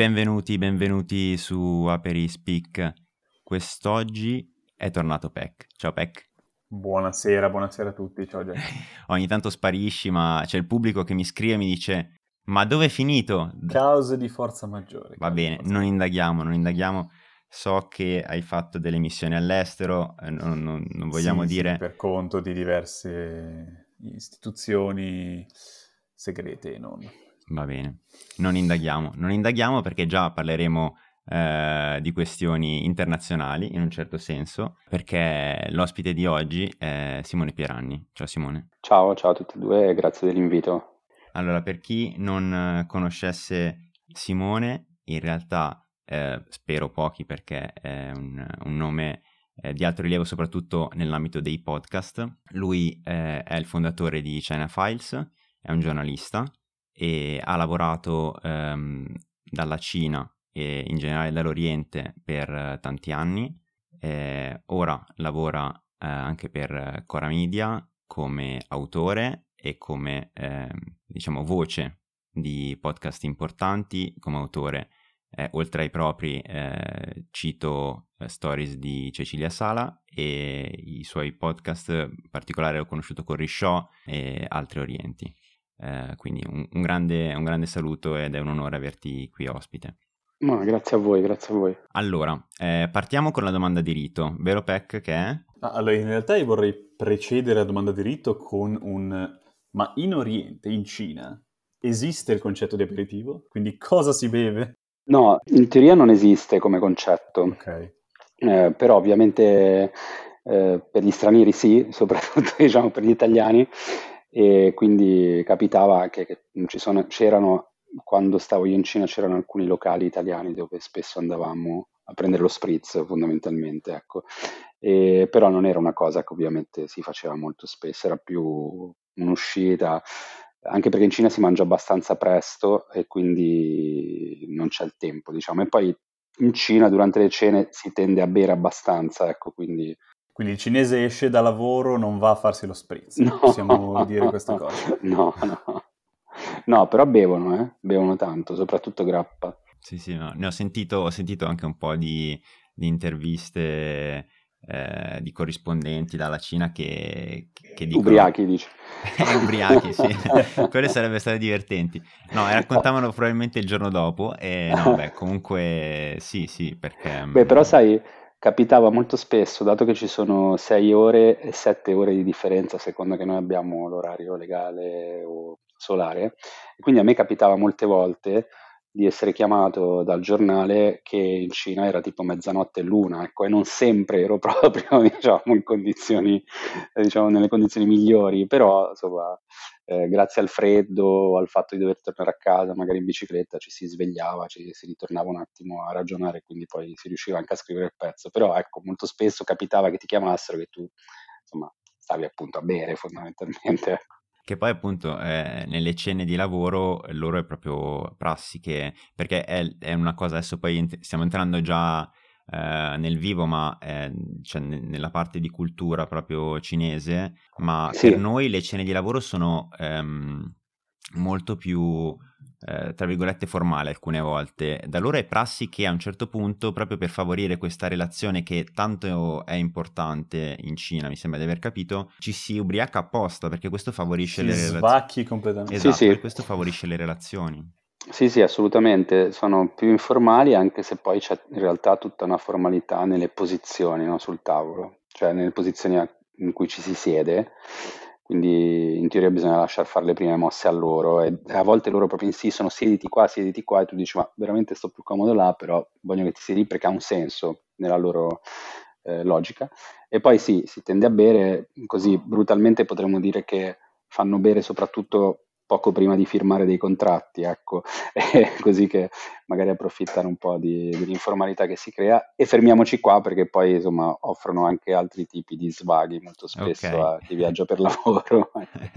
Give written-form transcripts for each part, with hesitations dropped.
Benvenuti su Aperi Speak. Quest'oggi è tornato Peck. Ciao Peck. Buonasera a tutti, ciao Jack. Ogni tanto sparisci, ma c'è il pubblico che mi scrive e mi dice: ma dove è finito? Cause di forza maggiore. Va bene, non indaghiamo. So che hai fatto delle missioni all'estero, non vogliamo dire... Sì, per conto di diverse istituzioni segrete e non. Va bene, non indaghiamo perché già parleremo di questioni internazionali in un certo senso, perché l'ospite di oggi è Simone Pieranni. Ciao Simone. Ciao a tutti e due e grazie dell'invito. Allora, per chi non conoscesse Simone, in realtà spero pochi perché è un nome di alto rilievo soprattutto nell'ambito dei podcast. Lui è il fondatore di China Files, è un giornalista e ha lavorato dalla Cina e in generale dall'Oriente per tanti anni. Ora lavora anche per Cora Media come autore e come diciamo voce di podcast importanti. Come autore oltre ai propri cito Stories di Cecilia Sala e i suoi podcast, in particolare ho conosciuto Corri Show e Altri Orienti. Quindi un grande saluto ed è un onore averti qui ospite. Ma grazie a voi. Allora, partiamo con la domanda di rito, vero Peck che è? Allora, in realtà io vorrei precedere la domanda di rito con ma in Oriente, in Cina, esiste il concetto di aperitivo? Quindi cosa si beve? No, in teoria non esiste come concetto, Ok. però ovviamente per gli stranieri sì, soprattutto diciamo per gli italiani, e quindi capitava che c'erano, quando stavo io in Cina c'erano alcuni locali italiani dove spesso andavamo a prendere lo spritz fondamentalmente, ecco. Però non era una cosa che ovviamente si faceva molto spesso, era più un'uscita, anche perché in Cina si mangia abbastanza presto e quindi non c'è il tempo, diciamo. E poi in Cina durante le cene si tende a bere abbastanza, ecco, quindi... Quindi il cinese esce da lavoro, non va a farsi lo spritz. No, Possiamo dire questa cosa? no. No, però bevono tanto, soprattutto grappa. Sì, no, ne ho sentito anche un po' di interviste di corrispondenti dalla Cina che dicono... Ubriachi, dici. Ubriachi, sì. Quelle sarebbero state divertenti. No, e raccontavano probabilmente il giorno dopo e no, beh, comunque sì, perché... Beh, però sai, capitava molto spesso, dato che ci sono 6 ore e 7 ore di differenza, a seconda che noi abbiamo l'orario legale o solare, e quindi a me capitava molte volte di essere chiamato dal giornale che in Cina era tipo mezzanotte e l'una, ecco, e non sempre ero proprio, diciamo, in condizioni, diciamo, nelle condizioni migliori, però, insomma, grazie al freddo o al fatto di dover tornare a casa, magari in bicicletta, ci si svegliava, si ritornava un attimo a ragionare, quindi poi si riusciva anche a scrivere il pezzo. Però ecco, molto spesso capitava che ti chiamassero che tu, insomma, stavi appunto a bere fondamentalmente. Che poi appunto nelle cene di lavoro loro è proprio prassi che... perché è una cosa, adesso poi stiamo entrando già nel vivo, ma cioè nella parte di cultura proprio cinese, ma Sì. per noi le cene di lavoro sono molto più, tra virgolette, formali alcune volte. Da loro è prassi che a un certo punto, proprio per favorire questa relazione che tanto è importante in Cina, mi sembra di aver capito, ci si ubriaca apposta perché questo favorisce le relazioni. Svacchi completamente. Esatto, Sì. per questo favorisce le relazioni. Sì, assolutamente, sono più informali, anche se poi c'è in realtà tutta una formalità nelle posizioni, no, sul tavolo, cioè nelle posizioni in cui ci si siede, quindi in teoria bisogna lasciar fare le prime mosse a loro e a volte loro proprio insistono, siediti qua, e tu dici ma veramente sto più comodo là, però voglio che ti siedi perché ha un senso nella loro logica. E poi sì, si tende a bere, così brutalmente potremmo dire che fanno bere soprattutto poco prima di firmare dei contratti, ecco, così che magari approfittano un po' dell'informalità che si crea. E fermiamoci qua perché poi insomma offrono anche altri tipi di svaghi molto spesso Ok. a chi viaggia per lavoro.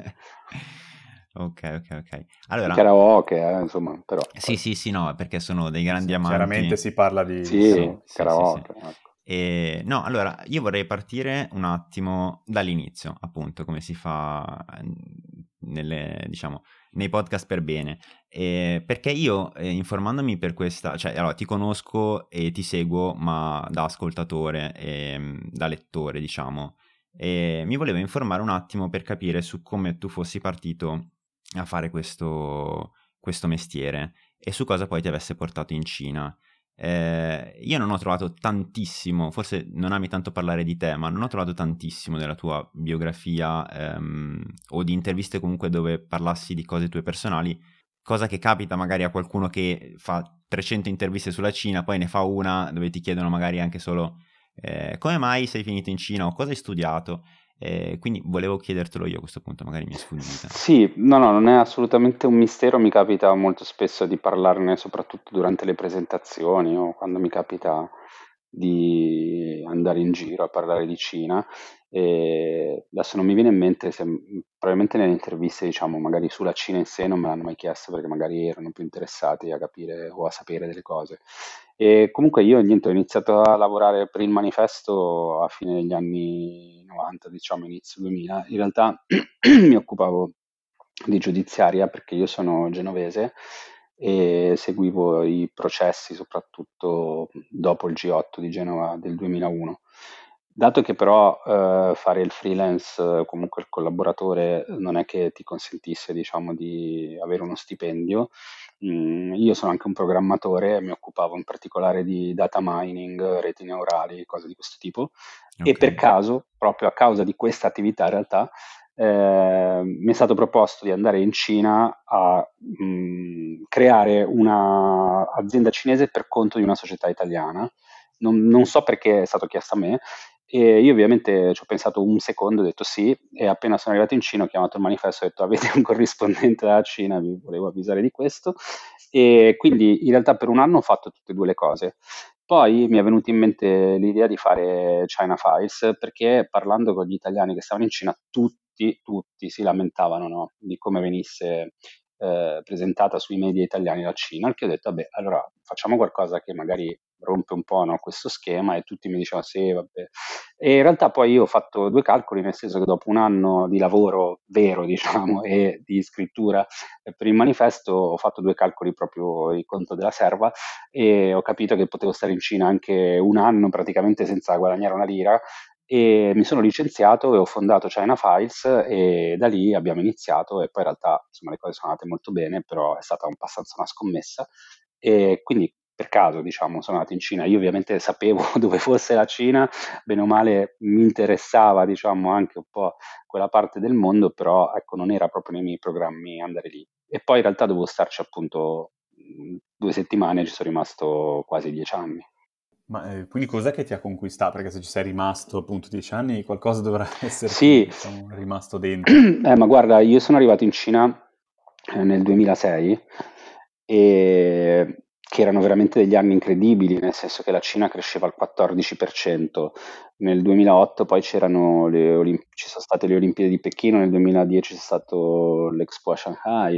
Ok. Allora, Karaoke, insomma, però. sì, no, perché sono dei grandi amanti. Chiaramente si parla di... Sì, Sì. karaoke. Ecco. No, allora, io vorrei partire un attimo dall'inizio, appunto, come si fa nei podcast per bene. Perché io, informandomi per questa, cioè, allora, ti conosco e ti seguo, ma da ascoltatore e da lettore, diciamo, e mi volevo informare un attimo per capire su come tu fossi partito a fare questo mestiere e su cosa poi ti avesse portato in Cina. Io non ho trovato tantissimo, forse non ami tanto parlare di te, ma non ho trovato tantissimo della tua biografia o di interviste comunque dove parlassi di cose tue personali, cosa che capita magari a qualcuno che fa 300 interviste sulla Cina, poi ne fa una dove ti chiedono magari anche solo come mai sei finito in Cina o cosa hai studiato. Quindi volevo chiedertelo io a questo punto, magari mi è sfuggita. Sì, no, no, non è assolutamente un mistero, mi capita molto spesso di parlarne soprattutto durante le presentazioni o quando mi capita di andare in giro a parlare di Cina. E adesso non mi viene in mente se probabilmente nelle interviste, diciamo, magari sulla Cina in sé non me l'hanno mai chiesto perché magari erano più interessati a capire o a sapere delle cose. E comunque io niente, ho iniziato a lavorare per il manifesto a fine degli anni 90, diciamo inizio 2000. In realtà mi occupavo di giudiziaria perché io sono genovese e seguivo i processi soprattutto dopo il G8 di Genova del 2001. Dato che però fare il freelance, comunque il collaboratore, non è che ti consentisse, diciamo, di avere uno stipendio, io sono anche un programmatore, mi occupavo in particolare di data mining, reti neurali, cose di questo tipo, e per Ok. caso, proprio a causa di questa attività in realtà, mi è stato proposto di andare in Cina a creare una azienda cinese per conto di una società italiana. Non so perché è stato chiesto a me, e io ovviamente ci ho pensato un secondo, ho detto sì, e appena sono arrivato in Cina ho chiamato il manifesto e ho detto avete un corrispondente dalla Cina, vi volevo avvisare di questo, e quindi in realtà per un anno ho fatto tutte e due le cose. Poi mi è venuta in mente l'idea di fare China Files perché parlando con gli italiani che stavano in Cina, tutti si lamentavano, no, di come venisse presentata sui media italiani la Cina, al che ho detto, vabbè, allora facciamo qualcosa che magari rompe un po', no, questo schema, e tutti mi dicevano sì, vabbè. E in realtà poi io ho fatto due calcoli, nel senso che dopo un anno di lavoro vero, diciamo, e di scrittura per il manifesto, ho fatto due calcoli proprio di conto della serva e ho capito che potevo stare in Cina anche un anno praticamente senza guadagnare una lira, e mi sono licenziato e ho fondato China Files e da lì abbiamo iniziato, e poi in realtà insomma le cose sono andate molto bene, però è stata abbastanza una scommessa, e quindi per caso diciamo sono andato in Cina. Io ovviamente sapevo dove fosse la Cina, bene o male mi interessava diciamo anche un po' quella parte del mondo, però ecco non era proprio nei miei programmi andare lì. E poi in realtà dovevo starci appunto 2 settimane e ci sono rimasto quasi 10 anni. Ma quindi cos'è che ti ha conquistato? Perché se ci sei rimasto appunto 10 anni, qualcosa dovrà esserti, Sì, diciamo, rimasto dentro. ma guarda, io sono arrivato in Cina nel 2006, e che erano veramente degli anni incredibili, nel senso che la Cina cresceva al 14%. Nel 2008 poi ci sono state le Olimpiadi di Pechino, nel 2010 c'è stato l'Expo a Shanghai,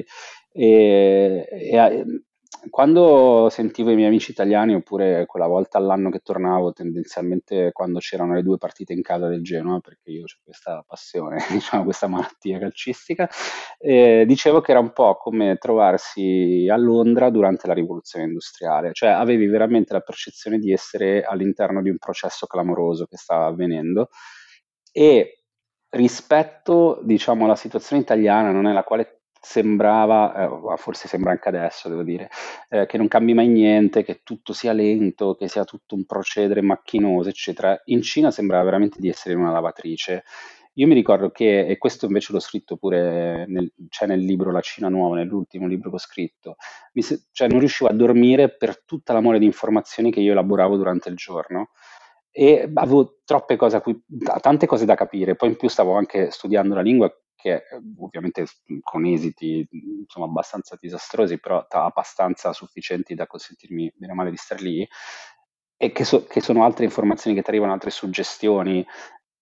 e quando sentivo i miei amici italiani, oppure quella volta all'anno che tornavo, tendenzialmente quando c'erano le due partite in casa del Genoa, perché io ho questa passione, diciamo, questa malattia calcistica, dicevo che era un po' come trovarsi a Londra durante la rivoluzione industriale, cioè avevi veramente la percezione di essere all'interno di un processo clamoroso che stava avvenendo, e rispetto, diciamo, alla situazione italiana, non è la quale sembrava, forse sembra anche adesso, devo dire, che non cambi mai niente, che tutto sia lento, che sia tutto un procedere macchinoso, eccetera. In Cina sembrava veramente di essere in una lavatrice. Io mi ricordo che, e questo invece l'ho scritto pure c'è nel libro La Cina Nuova, nell'ultimo libro che ho scritto, cioè non riuscivo a dormire per tutta la mole di informazioni che io elaboravo durante il giorno, e avevo tante cose da capire, poi in più stavo anche studiando la lingua che ovviamente con esiti insomma abbastanza disastrosi, però abbastanza sufficienti da consentirmi bene o male di star lì, e che sono altre informazioni che ti arrivano, altre suggestioni,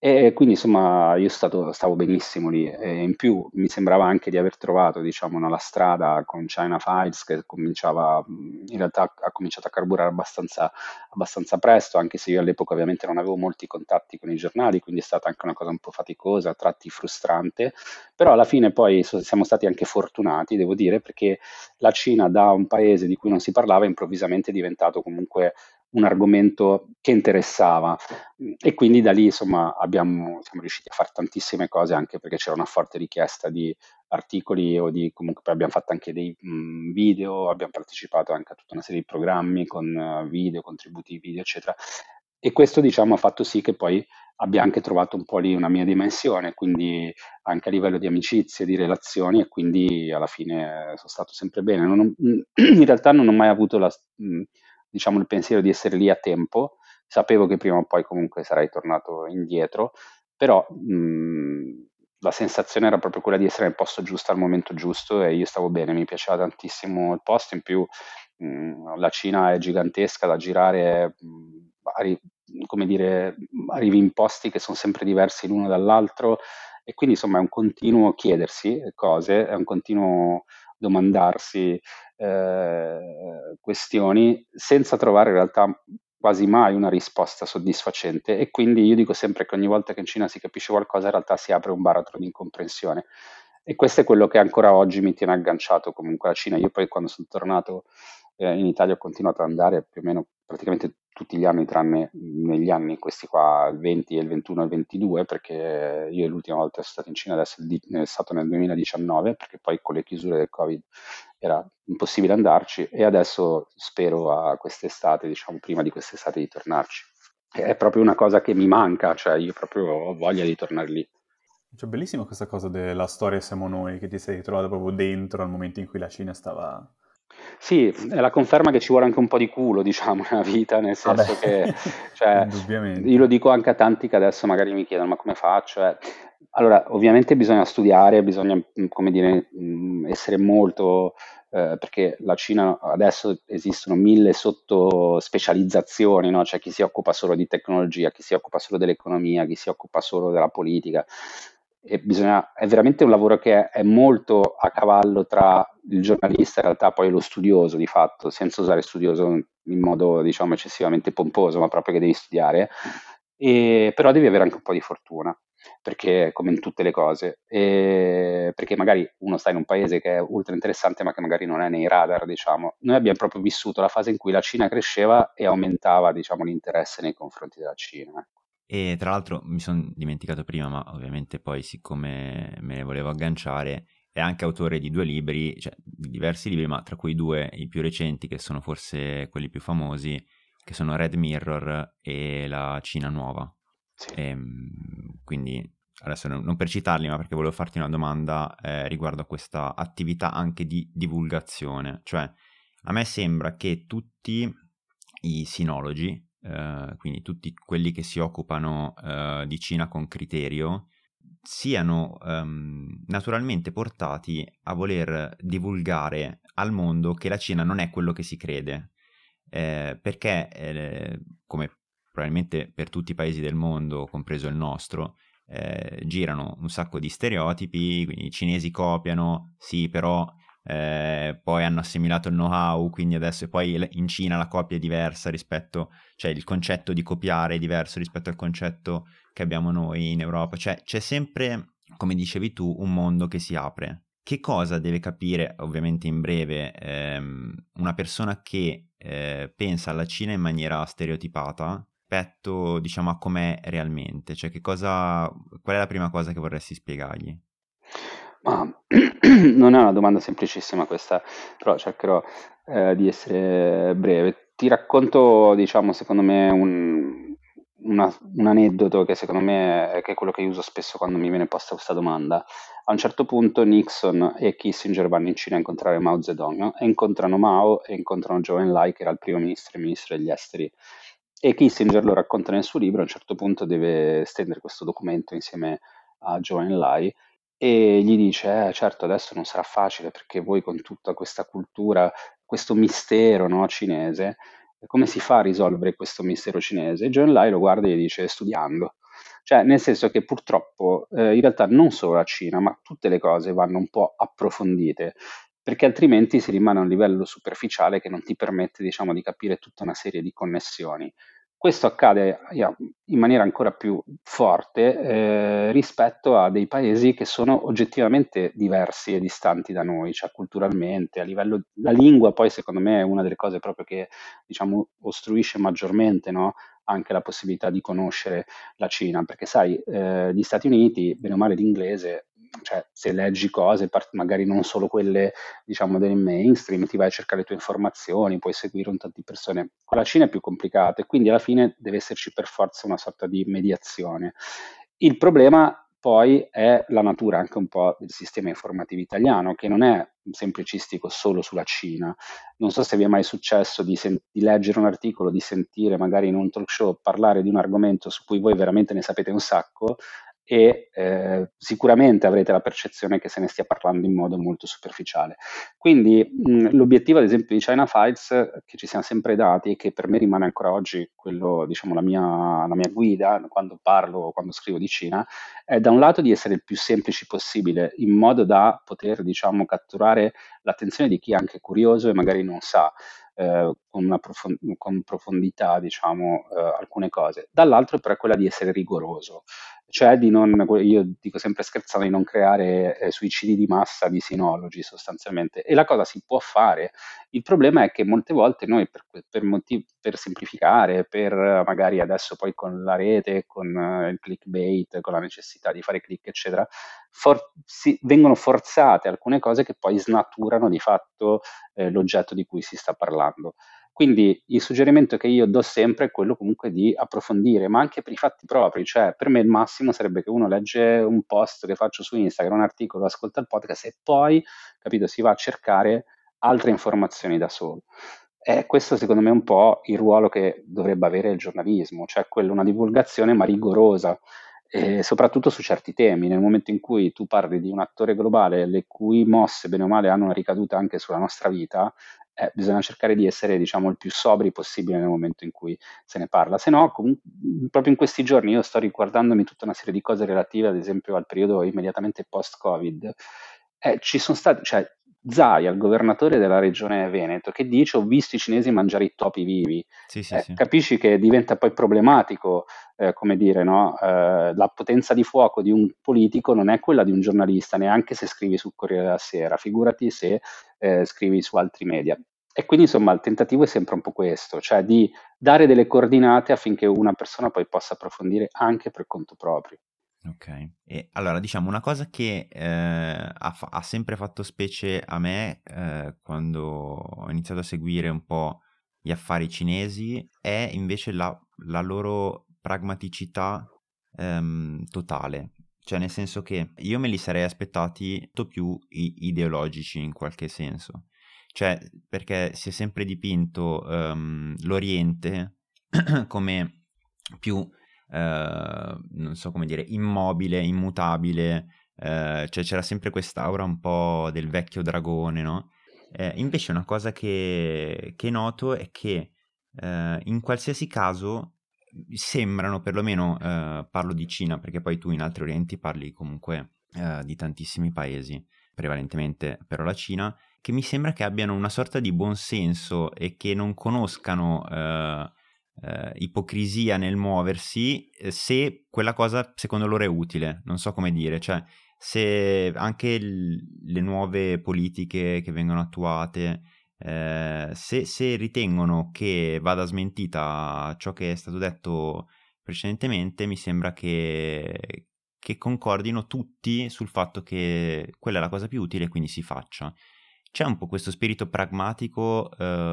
E quindi insomma io stavo benissimo lì e in più mi sembrava anche di aver trovato, diciamo, no, la strada con China Files che cominciava, in realtà ha cominciato a carburare abbastanza presto, anche se io all'epoca ovviamente non avevo molti contatti con i giornali, quindi è stata anche una cosa un po' faticosa, a tratti frustrante, però alla fine poi siamo stati anche fortunati, devo dire, perché la Cina da un paese di cui non si parlava improvvisamente è diventato comunque un argomento che interessava e quindi da lì insomma siamo riusciti a fare tantissime cose anche perché c'era una forte richiesta di articoli o di comunque poi abbiamo fatto anche dei video, abbiamo partecipato anche a tutta una serie di programmi con video, contributi video eccetera e questo diciamo ha fatto sì che poi abbia anche trovato un po' lì una mia dimensione, quindi anche a livello di amicizie, di relazioni e quindi alla fine sono stato sempre bene. In realtà non ho mai avuto diciamo, il pensiero di essere lì a tempo, sapevo che prima o poi comunque sarei tornato indietro, però la sensazione era proprio quella di essere nel posto giusto al momento giusto e io stavo bene, mi piaceva tantissimo il posto, in più la Cina è gigantesca da girare, come dire, arrivi in posti che sono sempre diversi l'uno dall'altro e quindi insomma è un continuo chiedersi cose, è un continuo domandarsi questioni senza trovare in realtà quasi mai una risposta soddisfacente e quindi io dico sempre che ogni volta che in Cina si capisce qualcosa in realtà si apre un baratro di incomprensione e questo è quello che ancora oggi mi tiene agganciato comunque alla Cina. Io poi quando sono tornato in Italia ho continuato ad andare più o meno praticamente tutti gli anni, tranne negli anni questi qua, il 20, il 21 e il 22, perché io l'ultima volta sono stato in Cina adesso è stato nel 2019, perché poi con le chiusure del Covid era impossibile andarci e adesso spero a quest'estate, diciamo prima di quest'estate di tornarci. È proprio una cosa che mi manca, cioè io proprio ho voglia di tornare lì. Cioè, bellissima questa cosa della storia siamo noi, che ti sei trovato proprio dentro al momento in cui la Cina stava... Sì, è la conferma che ci vuole anche un po' di culo, diciamo, nella vita, nel Vabbè, senso che, cioè, io lo indubbiamente. dico anche a tanti che adesso magari mi chiedono, ma come faccio? Allora, ovviamente bisogna studiare, bisogna, come dire, essere molto, perché la Cina adesso esistono 1000 sottospecializzazioni, no? C'è chi si occupa solo di tecnologia, chi si occupa solo dell'economia, chi si occupa solo della politica. È veramente un lavoro che è molto a cavallo tra il giornalista e in realtà poi lo studioso di fatto, senza usare studioso in modo diciamo eccessivamente pomposo, ma proprio che devi studiare, però devi avere anche un po' di fortuna, perché come in tutte le cose, perché magari uno sta in un paese che è ultra interessante ma che magari non è nei radar, diciamo. Noi abbiamo proprio vissuto la fase in cui la Cina cresceva e aumentava diciamo l'interesse nei confronti della Cina. Ecco. E tra l'altro mi sono dimenticato prima, ma ovviamente poi siccome me ne volevo agganciare, è anche autore di 2 libri, cioè di diversi libri, ma tra cui 2 i più recenti, che sono forse quelli più famosi, che sono Red Mirror e La Cina Nuova. Sì. Quindi adesso non per citarli, ma perché volevo farti una domanda riguardo a questa attività anche di divulgazione. Cioè, a me sembra che tutti i sinologi, quindi tutti quelli che si occupano di Cina con criterio, siano naturalmente portati a voler divulgare al mondo che la Cina non è quello che si crede, perché come probabilmente per tutti i paesi del mondo, compreso il nostro, girano un sacco di stereotipi, quindi i cinesi copiano, sì, però poi hanno assimilato il know-how, quindi adesso poi in Cina la copia è diversa rispetto, cioè il concetto di copiare è diverso rispetto al concetto che abbiamo noi in Europa, cioè c'è sempre, come dicevi tu, un mondo che si apre. Che cosa deve capire, ovviamente in breve, una persona che pensa alla Cina in maniera stereotipata rispetto, diciamo, a com'è realmente? Cioè, qual è la prima cosa che vorresti spiegargli? Ma non è una domanda semplicissima questa, però cercherò di essere breve. Ti racconto, diciamo, secondo me un aneddoto che secondo me è quello che io uso spesso quando mi viene posta questa domanda. A un certo punto Nixon e Kissinger vanno in Cina a incontrare Mao Zedong, no? E incontrano Mao e incontrano Zhou Enlai, che era il primo ministro e ministro degli esteri. E Kissinger lo racconta nel suo libro, a un certo punto deve stendere questo documento insieme a Zhou Enlai e gli dice, certo adesso non sarà facile perché voi con tutta questa cultura, questo mistero no, cinese, come si fa a risolvere questo mistero cinese? E Zhou Enlai lo guarda e gli dice studiando. Cioè, nel senso che purtroppo in realtà non solo la Cina, ma tutte le cose vanno un po' approfondite, perché altrimenti si rimane a un livello superficiale che non ti permette, diciamo, di capire tutta una serie di connessioni. Questo accade in maniera ancora più forte rispetto a dei paesi che sono oggettivamente diversi e distanti da noi, cioè culturalmente, a livello. La lingua poi secondo me è una delle cose proprio che diciamo ostruisce maggiormente, no? Anche la possibilità di conoscere la Cina, perché sai, gli Stati Uniti, bene o male l'inglese, cioè se leggi cose, magari non solo quelle diciamo del mainstream, ti vai a cercare le tue informazioni, puoi seguire un tanto di persone. Con la Cina è più complicato e quindi alla fine deve esserci per forza una sorta di mediazione. Il problema poi è la natura anche un po' del sistema informativo italiano, che non è semplicistico solo sulla Cina. Non so se vi è mai successo di leggere un articolo, di sentire magari in un talk show parlare di un argomento su cui voi veramente ne sapete un sacco e sicuramente avrete la percezione che se ne stia parlando in modo molto superficiale. Quindi l'obiettivo ad esempio di China Files che ci siamo sempre dati e che per me rimane ancora oggi quello, diciamo, la mia guida quando parlo o quando scrivo di Cina, è da un lato di essere il più semplici possibile in modo da poter, diciamo, l'attenzione di chi è anche curioso e magari non sa con profondità, diciamo, alcune cose. Dall'altro però è quella di essere rigoroso, cioè io dico sempre scherzando, di non creare suicidi di massa di sinologi sostanzialmente. E la cosa si può fare. Il problema è che molte volte noi per semplificare, per magari adesso poi con la rete, con il clickbait, con la necessità di fare click, eccetera, vengono forzate alcune cose che poi snaturano di fatto l'oggetto di cui si sta parlando. Quindi il suggerimento che io do sempre è quello comunque di approfondire, ma anche per i fatti propri, cioè per me il massimo sarebbe che uno legge un post che faccio su Instagram, un articolo, ascolta il podcast e poi, capito, si va a cercare altre informazioni da solo. E questo secondo me è un po' il ruolo che dovrebbe avere il giornalismo, cioè quello una divulgazione ma rigorosa, soprattutto su certi temi. Nel momento in cui tu parli di un attore globale, le cui mosse, bene o male, hanno una ricaduta anche sulla nostra vita, bisogna cercare di essere, diciamo, il più sobri possibile nel momento in cui se ne parla. Se no, proprio in questi giorni io sto riguardandomi tutta una serie di cose relative, ad esempio, al periodo immediatamente post-Covid. Ci sono stati, cioè, Zaia, il governatore della regione Veneto, che dice: Ho visto i cinesi mangiare i topi vivi. Sì, sì, sì. Capisci che diventa poi problematico, come dire, no? La potenza di fuoco di un politico non è quella di un giornalista, neanche se scrivi sul Corriere della Sera, figurati se scrivi su altri media. E quindi insomma il tentativo è sempre un po' questo, cioè di dare delle coordinate affinché una persona poi possa approfondire anche per conto proprio. Ok, e allora diciamo una cosa che ha sempre fatto specie a me quando ho iniziato a seguire un po' gli affari cinesi è invece la loro pragmaticità totale, cioè nel senso che io me li sarei aspettati molto più ideologici in qualche senso, cioè perché si è sempre dipinto l'Oriente come più non so come dire, immobile, immutabile, cioè c'era sempre quest'aura un po' del vecchio dragone, no? Invece una cosa che noto è che in qualsiasi caso sembrano, perlomeno parlo di Cina, perché poi tu in altri orienti parli comunque di tantissimi paesi, prevalentemente però la Cina, che mi sembra che abbiano una sorta di buonsenso e che non conoscano ipocrisia nel muoversi se quella cosa secondo loro è utile, non so come dire, cioè se anche le nuove politiche che vengono attuate se ritengono che vada smentita ciò che è stato detto precedentemente, mi sembra che concordino tutti sul fatto che quella è la cosa più utile e quindi si faccia. C'è un po' questo spirito pragmatico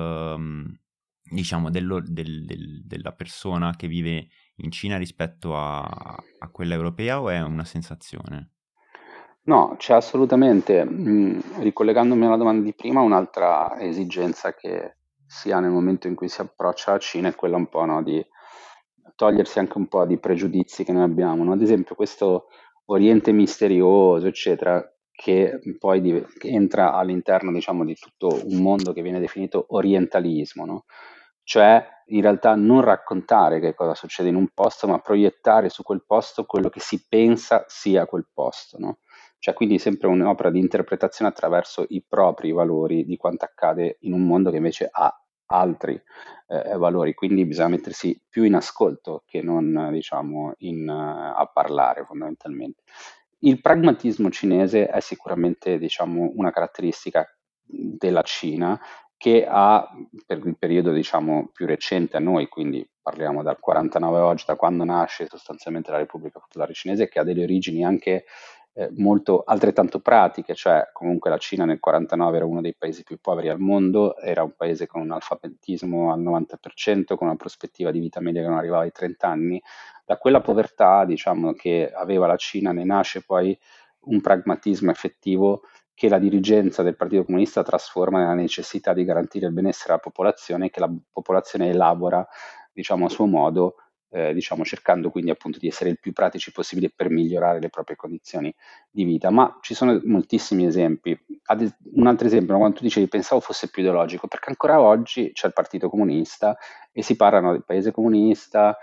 diciamo della persona che vive in Cina rispetto a quella europea, o è una sensazione? No, c'è assolutamente, ricollegandomi alla domanda di prima, un'altra esigenza che si ha nel momento in cui si approccia la Cina è quella un po', no, di togliersi anche un po' di pregiudizi che noi abbiamo, no? Ad esempio questo Oriente misterioso, eccetera, che poi che entra all'interno, diciamo, di tutto un mondo che viene definito orientalismo, no? cioè in realtà non raccontare che cosa succede in un posto, ma proiettare su quel posto quello che si pensa sia quel posto, no? Cioè quindi sempre un'opera di interpretazione attraverso i propri valori di quanto accade in un mondo che invece ha altri valori, quindi bisogna mettersi più in ascolto che non diciamo a parlare fondamentalmente. Il pragmatismo cinese è sicuramente diciamo, una caratteristica della Cina che ha, per il periodo diciamo, più recente a noi, quindi parliamo dal 49 oggi, da quando nasce sostanzialmente la Repubblica Popolare Cinese, che ha delle origini anche molto altrettanto pratiche, cioè comunque la Cina nel 49 era uno dei paesi più poveri al mondo, era un paese con un alfabetismo al 90%, con una prospettiva di vita media che non arrivava ai 30 anni. Da quella povertà, diciamo, che aveva la Cina ne nasce poi un pragmatismo effettivo che la dirigenza del Partito Comunista trasforma nella necessità di garantire il benessere alla popolazione, che la popolazione elabora, diciamo, a suo modo, diciamo, cercando quindi appunto di essere il più pratici possibile per migliorare le proprie condizioni di vita. Ma ci sono moltissimi esempi. Un altro esempio, quando tu dicevi pensavo fosse più ideologico, perché ancora oggi c'è il Partito Comunista e si parlano del paese comunista,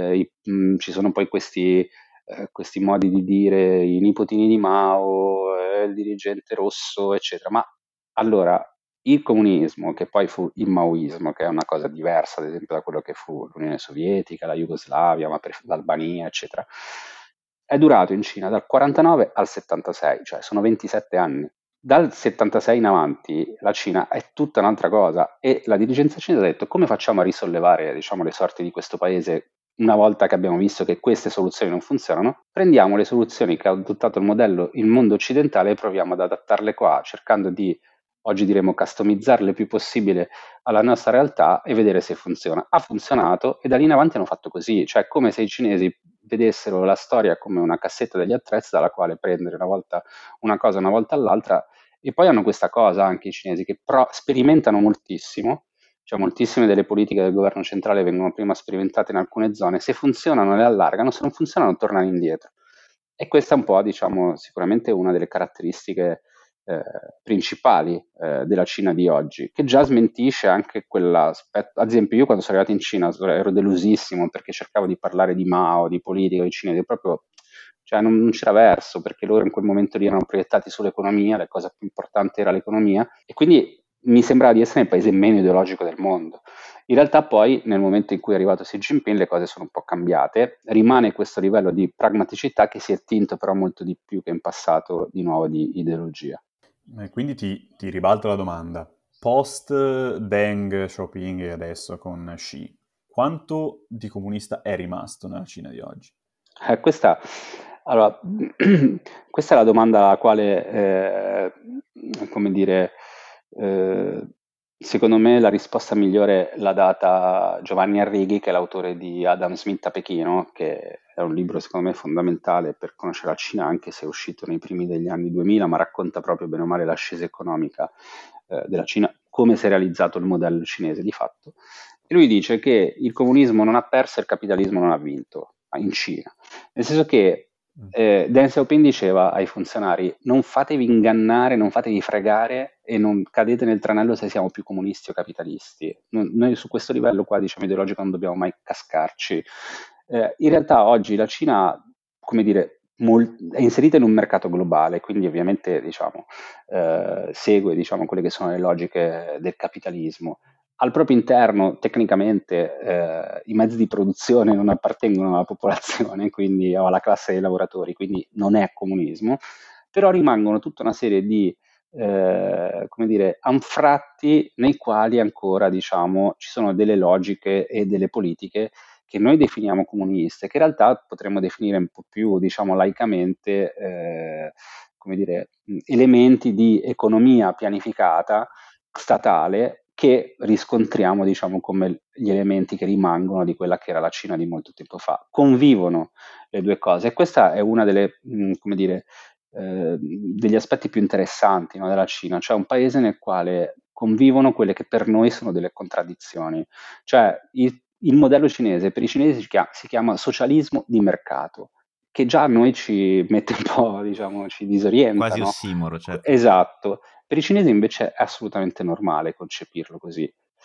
ci sono poi questi modi di dire i nipotini di Mao, il dirigente rosso, eccetera. Ma allora il comunismo, che poi fu il maoismo, che è una cosa diversa, ad esempio, da quello che fu l'Unione Sovietica, la Jugoslavia, ma l'Albania, eccetera, è durato in Cina dal 49 al 76, cioè sono 27 anni. Dal 76 in avanti la Cina è tutta un'altra cosa e la dirigenza cinese ha detto come facciamo a risollevare diciamo, le sorti di questo paese una volta che abbiamo visto che queste soluzioni non funzionano, prendiamo le soluzioni che ha adottato il mondo occidentale e proviamo ad adattarle qua, cercando di, oggi diremo, customizzarle il più possibile alla nostra realtà e vedere se funziona. Ha funzionato e da lì in avanti hanno fatto così, cioè come se i cinesi vedessero la storia come una cassetta degli attrezzi dalla quale prendere una volta una cosa, una volta all'altra. E poi hanno questa cosa anche i cinesi che sperimentano moltissimo, cioè moltissime delle politiche del governo centrale vengono prima sperimentate in alcune zone, se funzionano le allargano, se non funzionano tornano indietro. E questa è un po', diciamo, sicuramente una delle caratteristiche principali della Cina di oggi, che già smentisce anche quell'aspetto. Ad esempio, io quando sono arrivato in Cina ero delusissimo perché cercavo di parlare di Mao, di politica, di cinesi, proprio cioè non c'era verso, perché loro in quel momento lì erano proiettati sull'economia, la cosa più importante era l'economia, e quindi mi sembrava di essere il paese meno ideologico del mondo. In realtà poi, nel momento in cui è arrivato Xi Jinping, le cose sono un po' cambiate, rimane questo livello di pragmaticità che si è tinto però molto di più che in passato di nuovo di ideologia. Quindi ti ribalto la domanda. Post Deng Xiaoping e adesso con Xi, quanto di comunista è rimasto nella Cina di oggi? Questa, allora, questa è la domanda alla quale, come dire, secondo me la risposta migliore l'ha data Giovanni Arrighi, che è l'autore di Adam Smith a Pechino, che è un libro secondo me fondamentale per conoscere la Cina, anche se è uscito nei primi degli anni 2000, ma racconta proprio bene o male l'ascesa economica della Cina, come si è realizzato il modello cinese di fatto. E lui dice che il comunismo non ha perso e il capitalismo non ha vinto in Cina. Nel senso che Deng Xiaoping diceva ai funzionari non fatevi ingannare, non fatevi fregare e non cadete nel tranello se siamo più comunisti o capitalisti. Noi su questo livello qua, diciamo, ideologico non dobbiamo mai cascarci. In realtà oggi la Cina, come dire, è inserita in un mercato globale, quindi ovviamente diciamo, segue diciamo, quelle che sono le logiche del capitalismo. Al proprio interno, tecnicamente, i mezzi di produzione non appartengono alla popolazione, quindi o alla classe dei lavoratori, quindi non è comunismo, però rimangono tutta una serie di come dire, anfratti nei quali ancora diciamo, ci sono delle logiche e delle politiche che noi definiamo comuniste, che in realtà potremmo definire un po' più diciamo, laicamente come dire, elementi di economia pianificata statale che riscontriamo diciamo, come gli elementi che rimangono di quella che era la Cina di molto tempo fa. Convivono le due cose e questa è una delle, come dire, degli aspetti più interessanti no, della Cina, cioè un paese nel quale convivono quelle che per noi sono delle contraddizioni. Cioè il modello cinese per i cinesi si chiama socialismo di mercato, che già a noi ci mette un po', diciamo, ci disorienta. Quasi no? ossimoro, certo. Esatto. Per i cinesi invece è assolutamente normale concepirlo così.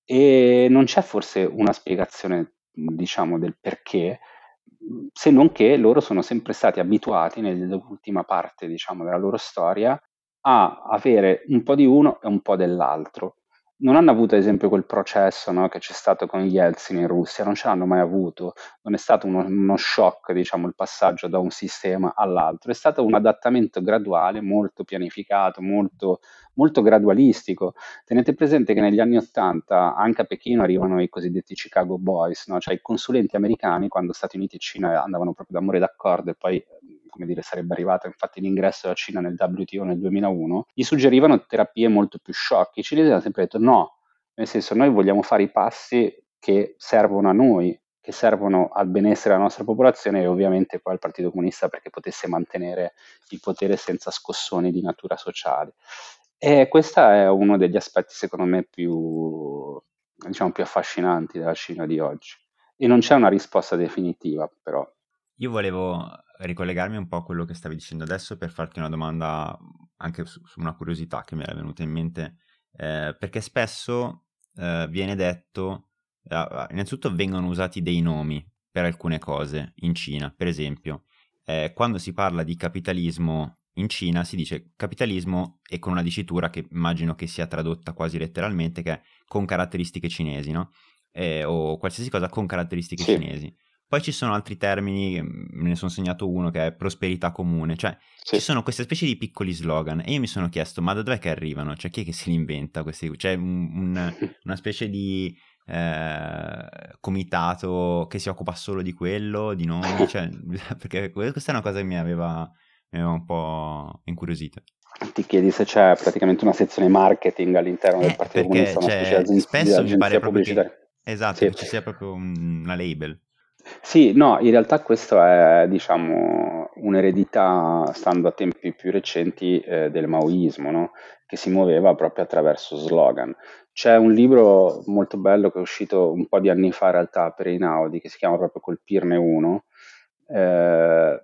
E non c'è forse una spiegazione, diciamo, del perché, se non che loro sono sempre stati abituati nell'ultima parte, diciamo, della loro storia a avere un po' di uno e un po' dell'altro. Non hanno avuto, ad esempio, quel processo, no, che c'è stato con Yeltsin in Russia, non ce l'hanno mai avuto, non è stato uno shock, diciamo, il passaggio da un sistema all'altro, è stato un adattamento graduale, molto pianificato, molto, molto gradualistico. Tenete presente che negli anni '80 anche a Pechino arrivano i cosiddetti Chicago Boys, no? Cioè i consulenti americani, quando Stati Uniti e Cina andavano proprio d'amore d'accordo e poi come dire, sarebbe arrivato infatti l'ingresso della Cina nel WTO nel 2001, gli suggerivano terapie molto più shock. I cinesi hanno sempre detto no, nel senso noi vogliamo fare i passi che servono a noi, che servono al benessere della nostra popolazione e ovviamente poi al Partito Comunista perché potesse mantenere il potere senza scossoni di natura sociale. E questo è uno degli aspetti, secondo me, più, diciamo, più affascinanti della Cina di oggi. E non c'è una risposta definitiva, però. Io volevo ricollegarmi un po' a quello che stavi dicendo adesso per farti una domanda anche su una curiosità che mi era venuta in mente, perché spesso viene detto, innanzitutto vengono usati dei nomi per alcune cose in Cina, per esempio, quando si parla di capitalismo in Cina si dice capitalismo e con una dicitura che immagino che sia tradotta quasi letteralmente, che è con caratteristiche cinesi, no? O qualsiasi cosa con caratteristiche Sì, cinesi. Poi ci sono altri termini, me ne sono segnato uno che è prosperità comune, cioè ci sì. sono queste specie di piccoli slogan e io mi sono chiesto ma da dov'è che arrivano? Cioè chi è che se li inventa questi? C'è una specie di comitato che si occupa solo di quello, di nomi, cioè, perché questa è una cosa che mi aveva un po' incuriosito. Ti chiedi se c'è praticamente una sezione marketing all'interno del Partito Perché Comunista, una specie cioè, di spesso mi pare agenzia proprio che, pubblicitaria. esatto, Sì. che ci sia proprio una label. Sì, no, in realtà questo è, diciamo, un'eredità, stando a tempi più recenti, del maoismo, no? Che si muoveva proprio attraverso slogan. C'è un libro molto bello che è uscito un po' di anni fa, in realtà, per Einaudi, che si chiama proprio Colpirne uno. Eh,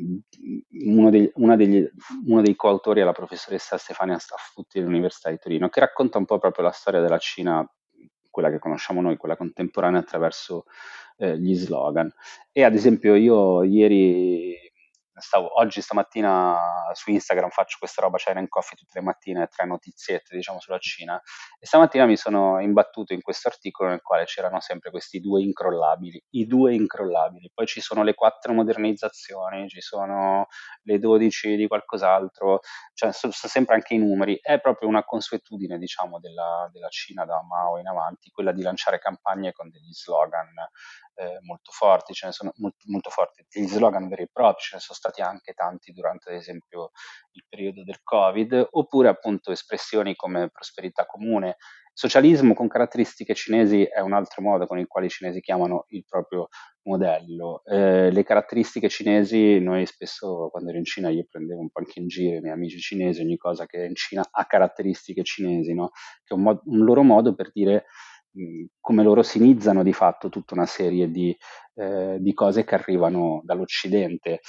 uno dei coautori è la professoressa Stefania Staffutti dell'Università di Torino, che racconta un po' proprio la storia della Cina, quella che conosciamo noi, quella contemporanea, attraverso gli slogan. E ad esempio io ieri, oggi stamattina su Instagram faccio questa roba, China and Coffee tutte le mattine, 3 notiziette diciamo sulla Cina, e stamattina mi sono imbattuto in questo articolo nel quale c'erano sempre questi due incrollabili, i due incrollabili, poi ci sono le 4 modernizzazioni, ci sono le 12 di qualcos'altro, cioè sono sempre anche i numeri, è proprio una consuetudine diciamo della Cina da Mao in avanti, quella di lanciare campagne con degli slogan molto forti, ce ne sono molto forti, gli slogan veri e propri, ce ne sono stati anche tanti durante ad esempio il periodo del Covid, oppure appunto espressioni come prosperità comune. Socialismo con caratteristiche cinesi è un altro modo con il quale i cinesi chiamano il proprio modello. Le caratteristiche cinesi, noi spesso quando ero in Cina io prendevo un po' anche in giro i miei amici cinesi, ogni cosa che è in Cina ha caratteristiche cinesi, no? Che è un loro modo per dire come loro sinizzano di fatto tutta una serie di cose che arrivano dall'Occidente.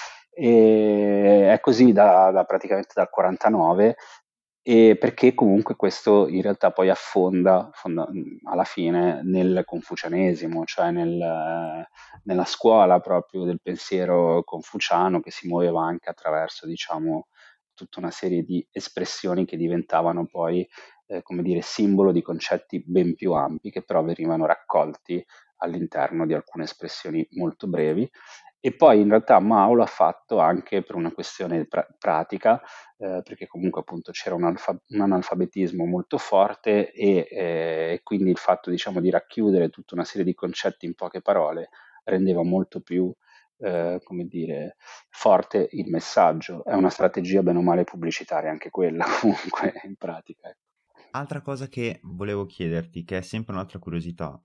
E è così da praticamente dal 49, e perché comunque questo in realtà poi alla fine nel confucianesimo, cioè nella scuola proprio del pensiero confuciano che si muoveva anche attraverso, diciamo, tutta una serie di espressioni che diventavano poi, come dire, simbolo di concetti ben più ampi che però venivano raccolti all'interno di alcune espressioni molto brevi. E poi in realtà Mao l'ha fatto anche per una questione pratica, perché comunque appunto c'era un analfabetismo molto forte e quindi il fatto diciamo di racchiudere tutta una serie di concetti in poche parole rendeva molto più, come dire, forte il messaggio. È una strategia bene o male pubblicitaria anche quella comunque in pratica. Ecco. Altra cosa che volevo chiederti, che è sempre un'altra curiosità,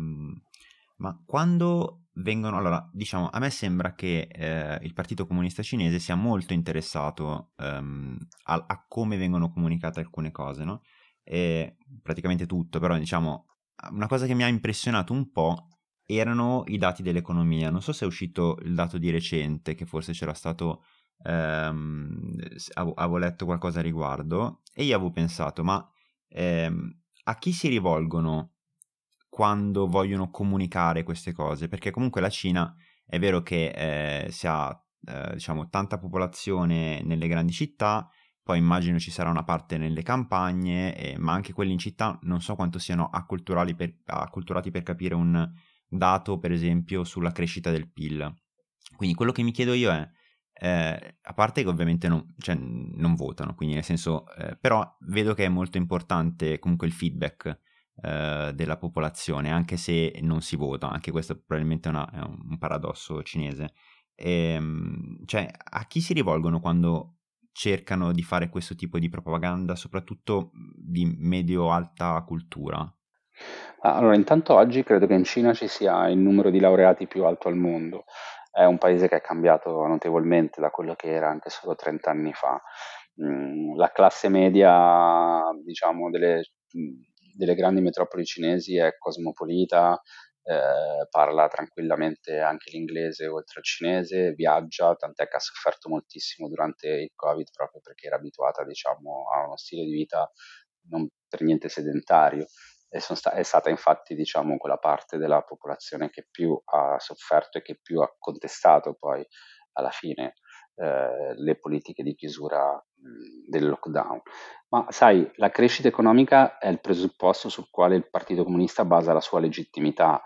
ma quando vengono, allora, diciamo, a me sembra che il Partito Comunista Cinese sia molto interessato a come vengono comunicate alcune cose, no? E praticamente tutto, però diciamo, una cosa che mi ha impressionato un po' erano i dati dell'economia. Non so se è uscito il dato di recente, che forse c'era stato, avevo letto qualcosa a riguardo, e io avevo pensato, ma a chi si rivolgono quando vogliono comunicare queste cose, perché comunque la Cina è vero che si ha diciamo tanta popolazione nelle grandi città, poi immagino ci sarà una parte nelle campagne, ma anche quelli in città non so quanto siano acculturati per capire un dato, per esempio, sulla crescita del PIL. Quindi quello che mi chiedo io è, a parte che ovviamente non votano, quindi nel senso, però vedo che è molto importante comunque il feedback della popolazione, anche se non si vota, anche questo probabilmente è un paradosso cinese. Cioè, a chi si rivolgono quando cercano di fare questo tipo di propaganda, soprattutto di medio-alta cultura? Allora, intanto oggi credo che in Cina ci sia il numero di laureati più alto al mondo. È un paese che è cambiato notevolmente da quello che era anche solo 30 anni fa. La classe media, diciamo, delle grandi metropoli cinesi è cosmopolita, parla tranquillamente anche l'inglese oltre al cinese, viaggia, tant'è che ha sofferto moltissimo durante il Covid proprio perché era abituata, diciamo, a uno stile di vita non per niente sedentario. È stata infatti, diciamo, quella parte della popolazione che più ha sofferto e che più ha contestato poi alla fine le politiche di chiusura del lockdown. Ma sai, la crescita economica è il presupposto sul quale il Partito Comunista basa la sua legittimità.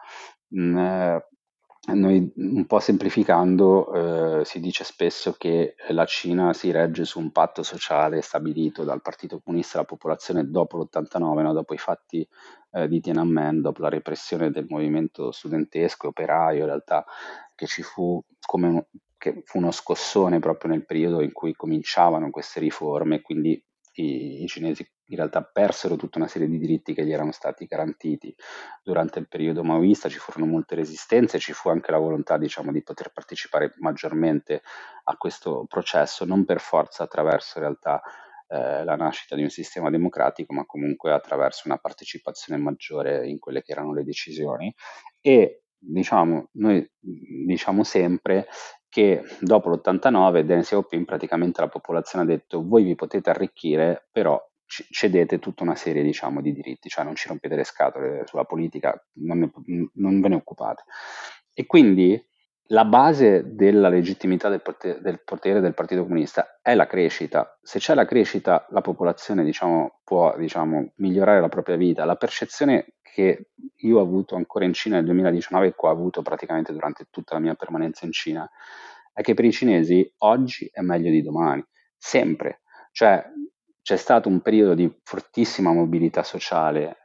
Noi, un po' semplificando, si dice spesso che la Cina si regge su un patto sociale stabilito dal Partito Comunista e la popolazione dopo l'89, no? Dopo i fatti di Tiananmen, dopo la repressione del movimento studentesco e operaio, in realtà, che ci fu che fu uno scossone proprio nel periodo in cui cominciavano queste riforme, quindi i cinesi in realtà persero tutta una serie di diritti che gli erano stati garantiti durante il periodo maoista, ci furono molte resistenze, ci fu anche la volontà, diciamo, di poter partecipare maggiormente a questo processo, non per forza attraverso in realtà la nascita di un sistema democratico, ma comunque attraverso una partecipazione maggiore in quelle che erano le decisioni. E diciamo, noi diciamo sempre che dopo l'89 Deng Xiaoping praticamente la popolazione ha detto voi vi potete arricchire, però cedete tutta una serie, diciamo, di diritti, cioè non ci rompete le scatole sulla politica, non ve ne occupate. E quindi la base della legittimità del potere del Partito Comunista è la crescita. Se c'è la crescita, la popolazione, diciamo, può, diciamo, migliorare la propria vita. La percezione che io ho avuto ancora in Cina nel 2019 e che ho avuto praticamente durante tutta la mia permanenza in Cina è che per i cinesi oggi è meglio di domani, sempre. Cioè, c'è stato un periodo di fortissima mobilità sociale,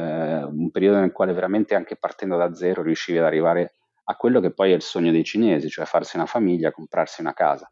un periodo nel quale veramente anche partendo da zero riuscivi ad arrivare a quello che poi è il sogno dei cinesi, cioè farsi una famiglia, comprarsi una casa.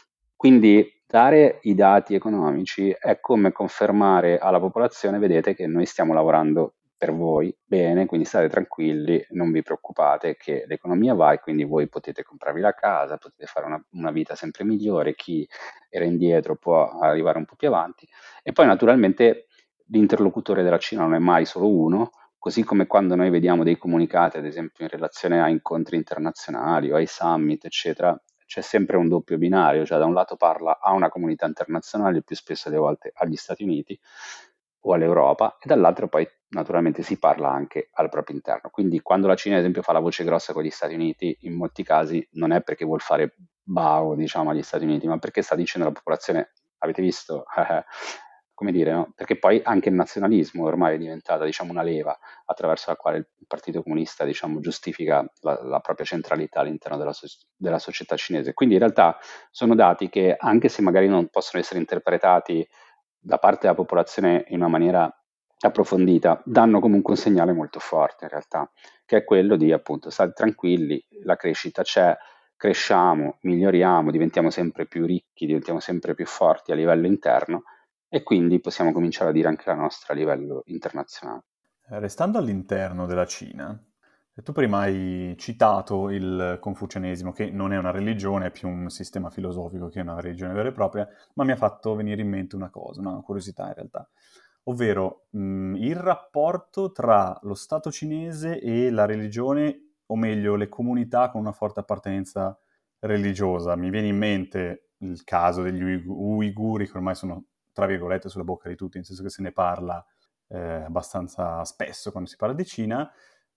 Quindi dare i dati economici è come confermare alla popolazione, vedete che noi stiamo lavorando per voi bene, quindi state tranquilli, non vi preoccupate che l'economia va e quindi voi potete comprarvi la casa, potete fare una vita sempre migliore, chi era indietro può arrivare un po' più avanti. E poi naturalmente l'interlocutore della Cina non è mai solo uno, così come quando noi vediamo dei comunicati, ad esempio in relazione a incontri internazionali o ai summit, eccetera, c'è sempre un doppio binario, cioè da un lato parla a una comunità internazionale, più spesso delle volte agli Stati Uniti o all'Europa, e dall'altro poi naturalmente si parla anche al proprio interno. Quindi quando la Cina, ad esempio, fa la voce grossa con gli Stati Uniti, in molti casi non è perché vuol fare bao, diciamo, agli Stati Uniti, ma perché sta dicendo alla popolazione, avete visto? Come dire, no? Perché poi anche il nazionalismo ormai è diventata, diciamo, una leva attraverso la quale il Partito Comunista, diciamo, giustifica la propria centralità all'interno della società cinese. Quindi in realtà sono dati che, anche se magari non possono essere interpretati da parte della popolazione in una maniera approfondita, danno comunque un segnale molto forte in realtà, che è quello di appunto state tranquilli, la crescita c'è, cresciamo, miglioriamo, diventiamo sempre più ricchi, diventiamo sempre più forti a livello interno e quindi possiamo cominciare a dire anche la nostra a livello internazionale. Restando all'interno della Cina, tu prima hai citato il confucianesimo, che non è una religione, è più un sistema filosofico che una religione vera e propria, ma mi ha fatto venire in mente una cosa, una curiosità in realtà, ovvero il rapporto tra lo Stato cinese e la religione, o meglio, le comunità con una forte appartenenza religiosa. Mi viene in mente il caso degli uiguri, che ormai sono, tra virgolette, sulla bocca di tutti, nel senso che se ne parla abbastanza spesso quando si parla di Cina,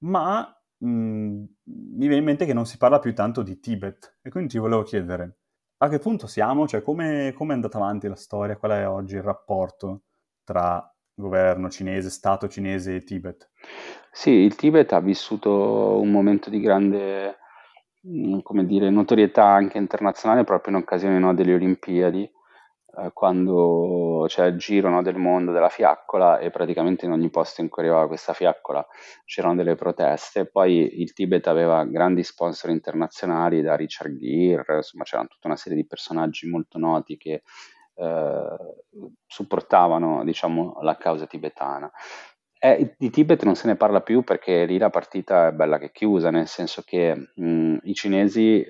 ma mi viene in mente che non si parla più tanto di Tibet, e quindi ti volevo chiedere, a che punto siamo? Cioè, come è andata avanti la storia? Qual è oggi il rapporto tra governo cinese, Stato cinese e Tibet? Sì, il Tibet ha vissuto un momento di grande, come dire, notorietà anche internazionale proprio in occasione, no, delle Olimpiadi, quando c'è il giro, no, del mondo della fiaccola e praticamente in ogni posto in cui arrivava questa fiaccola c'erano delle proteste. Poi il Tibet aveva grandi sponsor internazionali da Richard Gere, insomma c'erano tutta una serie di personaggi molto noti che eh, supportavano, diciamo, la causa tibetana. Di Tibet non se ne parla più perché lì la partita è bella che è chiusa, nel senso che i cinesi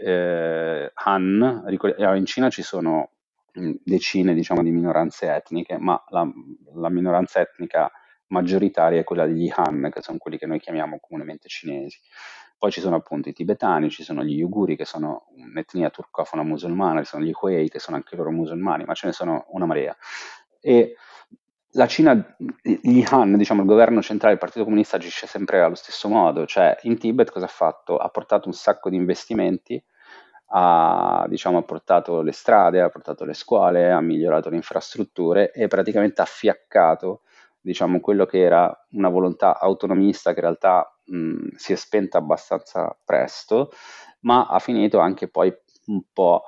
in Cina ci sono decine, diciamo, di minoranze etniche, ma la minoranza etnica maggioritaria è quella degli Han, che sono quelli che noi chiamiamo comunemente cinesi. Poi ci sono appunto i tibetani, ci sono gli uiguri che sono un'etnia turcofona musulmana, ci sono gli Huey che sono anche loro musulmani, ma ce ne sono una marea. E la Cina, gli Han, diciamo il governo centrale del Partito Comunista agisce sempre allo stesso modo, cioè in Tibet cosa ha fatto? Ha portato un sacco di investimenti, diciamo, ha portato le strade, ha portato le scuole, ha migliorato le infrastrutture e praticamente ha fiaccato, diciamo, quello che era una volontà autonomista che in realtà si è spenta abbastanza presto, ma ha finito anche poi un po'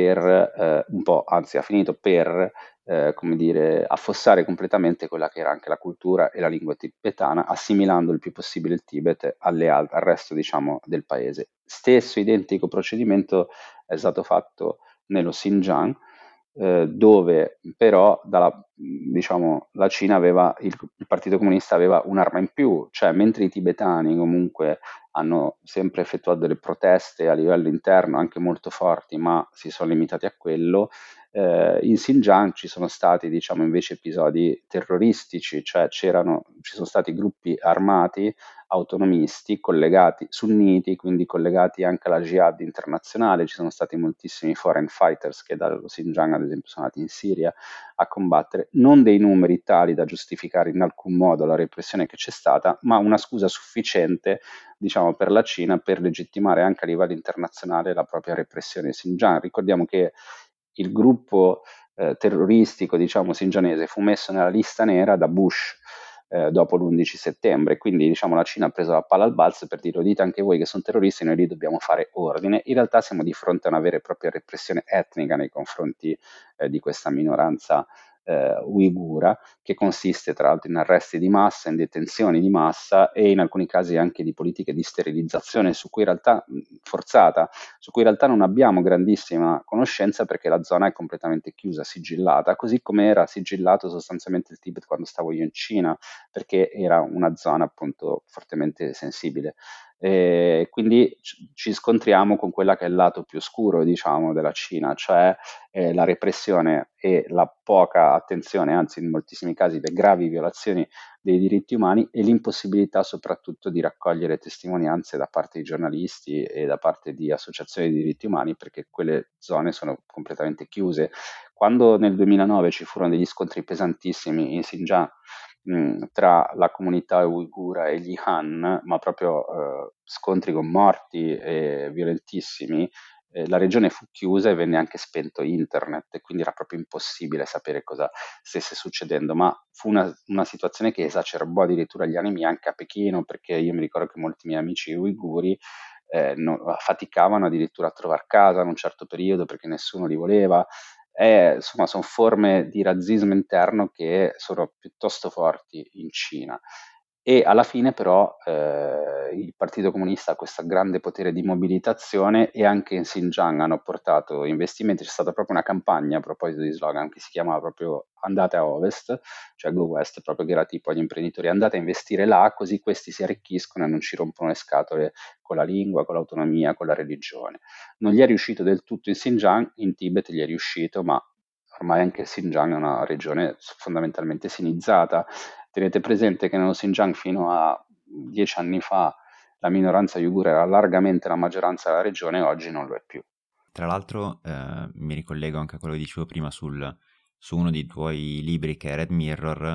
anzi ha finito per come dire, affossare completamente quella che era anche la cultura e la lingua tibetana, assimilando il più possibile il Tibet al resto, diciamo, del paese. Stesso identico procedimento è stato fatto nello Xinjiang, dove però diciamo, la Cina aveva, il Partito Comunista aveva un'arma in più, cioè mentre i tibetani comunque hanno sempre effettuato delle proteste a livello interno anche molto forti, ma si sono limitati a quello. In Xinjiang ci sono stati, diciamo, invece episodi terroristici, cioè ci sono stati gruppi armati autonomisti collegati, sunniti, quindi collegati anche alla jihad internazionale. Ci sono stati moltissimi foreign fighters che dallo Xinjiang, ad esempio, sono andati in Siria a combattere, non dei numeri tali da giustificare in alcun modo la repressione che c'è stata, ma una scusa sufficiente, diciamo, per la Cina per legittimare anche a livello internazionale la propria repressione in Xinjiang. Ricordiamo che il gruppo terroristico, diciamo, xingianese fu messo nella lista nera da Bush dopo l'11 settembre, quindi diciamo la Cina ha preso la palla al balzo per dire: dite anche voi che sono terroristi, noi lì dobbiamo fare ordine. In realtà siamo di fronte a una vera e propria repressione etnica nei confronti di questa minoranza uigura, che consiste tra l'altro in arresti di massa, in detenzioni di massa e in alcuni casi anche di politiche di sterilizzazione su cui in realtà forzata, su cui in realtà non abbiamo grandissima conoscenza perché la zona è completamente chiusa, sigillata, così come era sigillato sostanzialmente il Tibet quando stavo io in Cina, perché era una zona appunto fortemente sensibile. E quindi ci scontriamo con quella che è il lato più oscuro, diciamo, della Cina, cioè la repressione e la poca attenzione, anzi in moltissimi casi le gravi violazioni dei diritti umani e l'impossibilità soprattutto di raccogliere testimonianze da parte di giornalisti e da parte di associazioni di diritti umani, perché quelle zone sono completamente chiuse. Quando nel 2009 ci furono degli scontri pesantissimi in Xinjiang tra la comunità uigura e gli Han, ma proprio scontri con morti violentissimi, la regione fu chiusa e venne anche spento internet, e quindi era proprio impossibile sapere cosa stesse succedendo, ma fu una situazione che esacerbò addirittura gli animi anche a Pechino, perché io mi ricordo che molti miei amici uiguri faticavano addirittura a trovare casa in un certo periodo perché nessuno li voleva. Insomma, sono forme di razzismo interno che sono piuttosto forti in Cina. E alla fine però il Partito Comunista ha questo grande potere di mobilitazione e anche in Xinjiang hanno portato investimenti, c'è stata proprio una campagna a proposito di slogan che si chiamava proprio Andate a Ovest, cioè Go West, proprio che era tipo agli imprenditori: andate a investire là così questi si arricchiscono e non ci rompono le scatole con la lingua, con l'autonomia, con la religione. Non gli è riuscito del tutto in Xinjiang, in Tibet gli è riuscito, ma ormai anche Xinjiang è una regione fondamentalmente sinizzata. Tenete presente che nello Xinjiang fino a 10 anni fa la minoranza uigura era largamente la maggioranza della regione, oggi non lo è più. Tra l'altro mi ricollego anche a quello che dicevo prima su uno dei tuoi libri che è Red Mirror,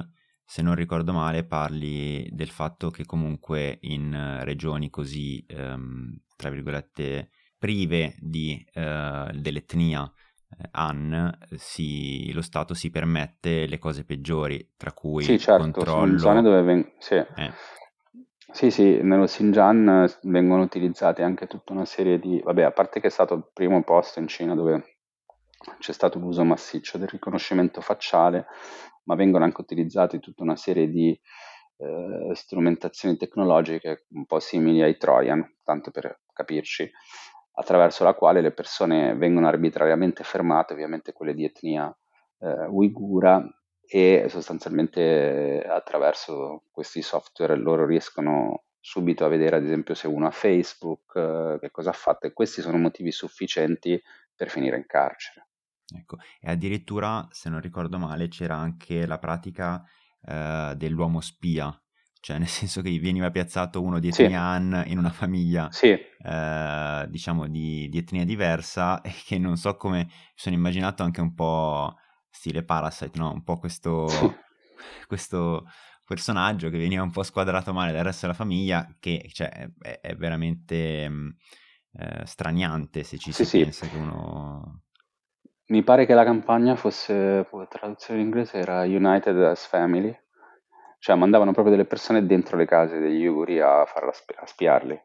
se non ricordo male, parli del fatto che comunque in regioni così, tra virgolette, prive dell'etnia Han, lo Stato si permette le cose peggiori, tra Sì, cui certo, sono zone controllo. dove sì. eh, Sì, sì, nello Xinjiang vengono utilizzate anche tutta una serie di... Vabbè, a parte che è stato il primo posto in Cina dove c'è stato l'uso massiccio del riconoscimento facciale, ma vengono anche utilizzate tutta una serie di strumentazioni tecnologiche un po' simili ai Trojan, tanto per capirci, attraverso la quale le persone vengono arbitrariamente fermate, ovviamente quelle di etnia uigura, e sostanzialmente attraverso questi software loro riescono subito a vedere, ad esempio, se uno ha Facebook, che cosa ha fatto, e questi sono motivi sufficienti per finire in carcere. ecco. E addirittura, se non ricordo male, c'era anche la pratica dell'uomo spia, cioè nel senso che veniva piazzato uno di Sì, etnia Han in una famiglia, sì, diciamo, di etnia diversa, e che non so come mi sono immaginato anche un po' stile Parasite, no? Un po' sì, questo personaggio che veniva un po' squadrato male dal resto della famiglia, che cioè, è veramente straniante se ci sì, si sì. pensa che uno... Mi pare che la campagna fosse, traduzione in inglese era United as Family, cioè mandavano proprio delle persone dentro le case degli uiguri a spiarli.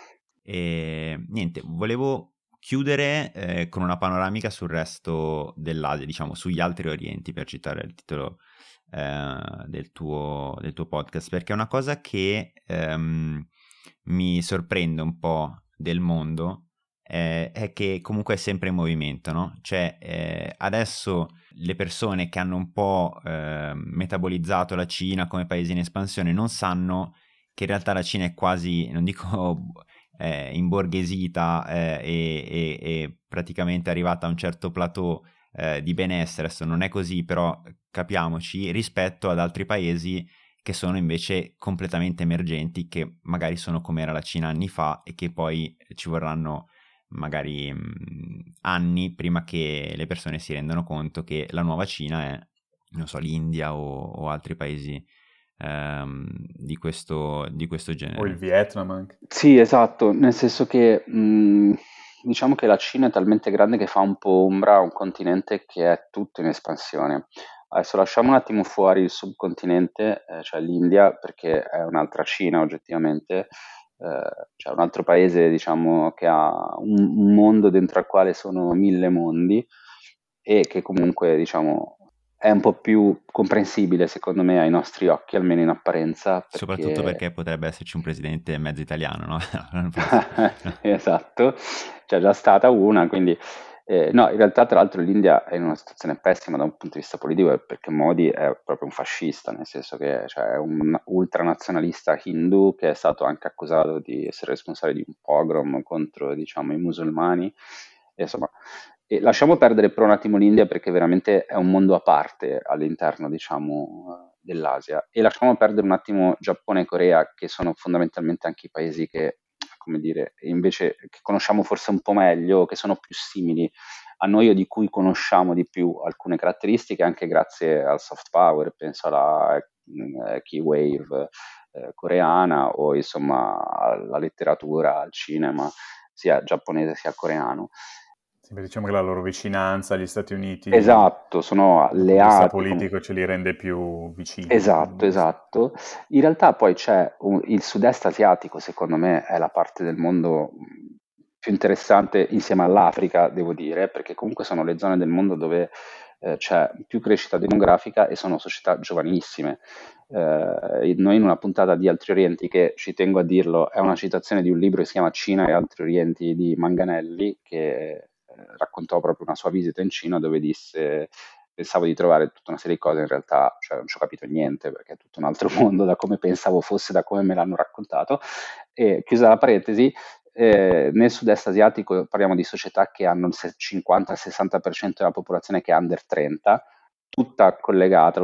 E niente, volevo chiudere con una panoramica sul resto dell'Asia, diciamo, sugli altri Orienti, per citare il titolo del tuo podcast, perché è una cosa che mi sorprende un po' del mondo, è che comunque è sempre in movimento, no? Cioè, adesso le persone che hanno un po' metabolizzato la Cina come paese in espansione non sanno che in realtà la Cina è quasi, non dico imborghesita e praticamente arrivata a un certo plateau di benessere. Adesso non è così, però capiamoci, rispetto ad altri paesi che sono invece completamente emergenti, che magari sono come era la Cina anni fa e che poi ci vorranno magari anni prima che le persone si rendano conto che la nuova Cina è, non so, l'India o altri paesi di questo O il genere. Vietnam anche. Sì, esatto, nel senso che diciamo che la Cina è talmente grande che fa un po' ombra a un continente che è tutto in espansione. Adesso lasciamo un attimo fuori il subcontinente, cioè l'India, perché è un'altra Cina oggettivamente, cioè un altro paese, diciamo, che ha un mondo dentro al quale sono mille mondi e che comunque, diciamo, è un po' più comprensibile secondo me ai nostri occhi, almeno in apparenza, Soprattutto perché perché potrebbe esserci un presidente mezzo italiano, no? Non penso. esatto, c'è già stata una, quindi no, in realtà tra l'altro l'India è in una situazione pessima da un punto di vista politico perché Modi è proprio un fascista, nel senso che cioè, è un ultranazionalista hindu che è stato anche accusato di essere responsabile di un pogrom contro, diciamo, i musulmani. E, insomma, e lasciamo perdere per un attimo l'India perché veramente è un mondo a parte all'interno, diciamo, dell'Asia. E lasciamo perdere un attimo Giappone e Corea, che sono fondamentalmente anche i paesi che, come dire, invece che conosciamo forse un po' meglio, che sono più simili a noi o di cui conosciamo di più alcune caratteristiche, anche grazie al soft power, penso alla key wave coreana o insomma alla letteratura, al cinema, sia giapponese sia coreano. Sì, beh, diciamo che la loro vicinanza agli Stati Uniti, Esatto, sono dal punto di vista alleati. politico, ce li rende più vicini, dal mio punto Esatto, di vista. esatto. In realtà poi c'è il sud-est asiatico, secondo me, è la parte del mondo più interessante insieme all'Africa, devo dire, perché comunque sono le zone del mondo dove c'è più crescita demografica e sono società giovanissime. Noi in una puntata di Altri Orienti, che ci tengo a dirlo, è una citazione di un libro che si chiama Cina e Altri Orienti di Manganelli, che raccontò proprio una sua visita in Cina dove disse pensavo di trovare tutta una serie di cose, in realtà cioè, non ci ho capito niente perché è tutto un altro mondo da come pensavo fosse, da come me l'hanno raccontato. E chiusa la parentesi, nel sud-est asiatico parliamo di società che hanno il 50-60% della popolazione che è under 30, tutta collegata,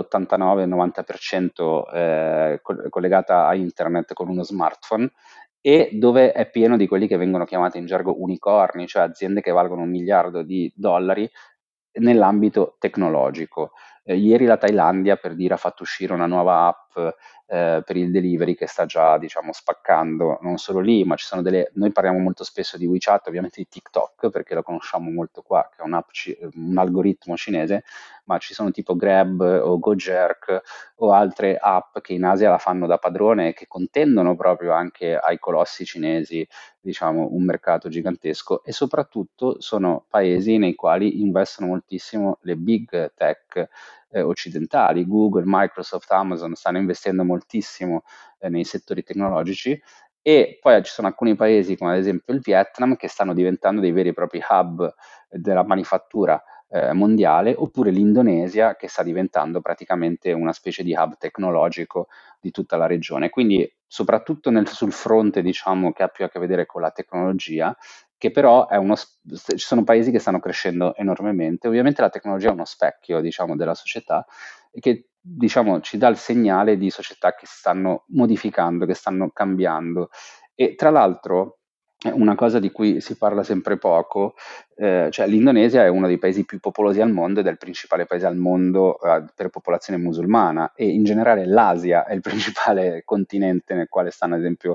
l'89-90% collegata a internet con uno smartphone e dove è pieno di quelli che vengono chiamati in gergo unicorni, cioè aziende che valgono $1 miliardo nell'ambito tecnologico. Ieri la Thailandia, per dire, ha fatto uscire una nuova app per il delivery che sta già, diciamo, spaccando non solo lì, ma ci sono noi parliamo molto spesso di WeChat, ovviamente di TikTok, perché lo conosciamo molto qua, che è un algoritmo cinese, ma ci sono tipo Grab o Gojerk o altre app che in Asia la fanno da padrone e che contendono proprio anche ai colossi cinesi, diciamo, un mercato gigantesco, e soprattutto sono paesi nei quali investono moltissimo le big tech occidentali. Google, Microsoft, Amazon stanno investendo moltissimo nei settori tecnologici, e poi ci sono alcuni paesi come ad esempio il Vietnam che stanno diventando dei veri e propri hub della manifattura mondiale, oppure l'Indonesia che sta diventando praticamente una specie di hub tecnologico di tutta la regione. Quindi soprattutto sul fronte, diciamo, che ha più a che vedere con la tecnologia, che però ci sono paesi che stanno crescendo enormemente. Ovviamente la tecnologia è uno specchio, diciamo, della società, e che, diciamo, ci dà il segnale di società che si stanno modificando, che stanno cambiando. E tra l'altro una cosa di cui si parla sempre poco, cioè l'Indonesia è uno dei paesi più popolosi al mondo ed è il principale paese al mondo per popolazione musulmana, e in generale l'Asia è il principale continente nel quale stanno, ad esempio,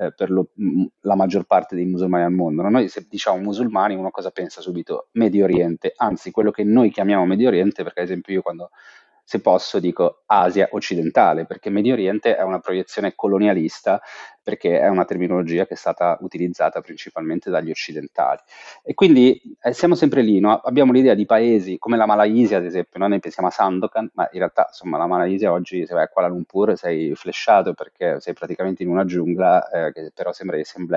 la maggior parte dei musulmani al mondo. Noi, se diciamo musulmani, uno cosa pensa subito? Medio Oriente, anzi quello che noi chiamiamo Medio Oriente, perché ad esempio io quando, se posso, dico Asia occidentale, perché Medio Oriente è una proiezione colonialista, perché è una terminologia che è stata utilizzata principalmente dagli occidentali. E quindi siamo sempre lì, no? Abbiamo l'idea di paesi come la Malaysia, ad esempio, noi pensiamo a Sandokan, ma in realtà, insomma, la Malaysia oggi, se vai a Kuala Lumpur, sei flashato perché sei praticamente in una giungla, che però sembra di essere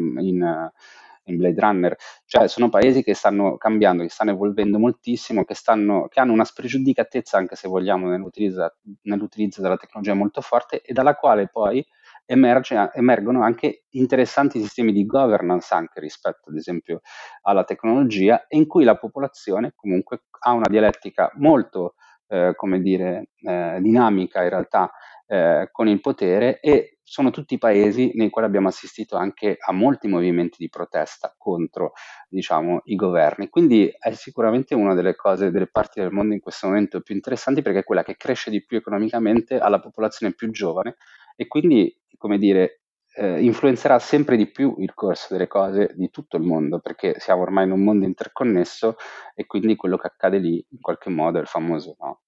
in Blade Runner. Cioè sono paesi che stanno cambiando, che stanno evolvendo moltissimo, che hanno una spregiudicatezza, anche se vogliamo, nell'utilizzo della tecnologia molto forte, e dalla quale poi emergono anche interessanti sistemi di governance, anche rispetto ad esempio alla tecnologia, e in cui la popolazione comunque ha una dialettica molto come dire, dinamica in realtà con il potere, e sono tutti paesi nei quali abbiamo assistito anche a molti movimenti di protesta contro, diciamo, i governi. Quindi è sicuramente una delle cose, delle parti del mondo in questo momento più interessanti, perché è quella che cresce di più economicamente, ha la popolazione più giovane, e quindi, come dire, influenzerà sempre di più il corso delle cose di tutto il mondo, perché siamo ormai in un mondo interconnesso, e quindi quello che accade lì in qualche modo è il famoso, no,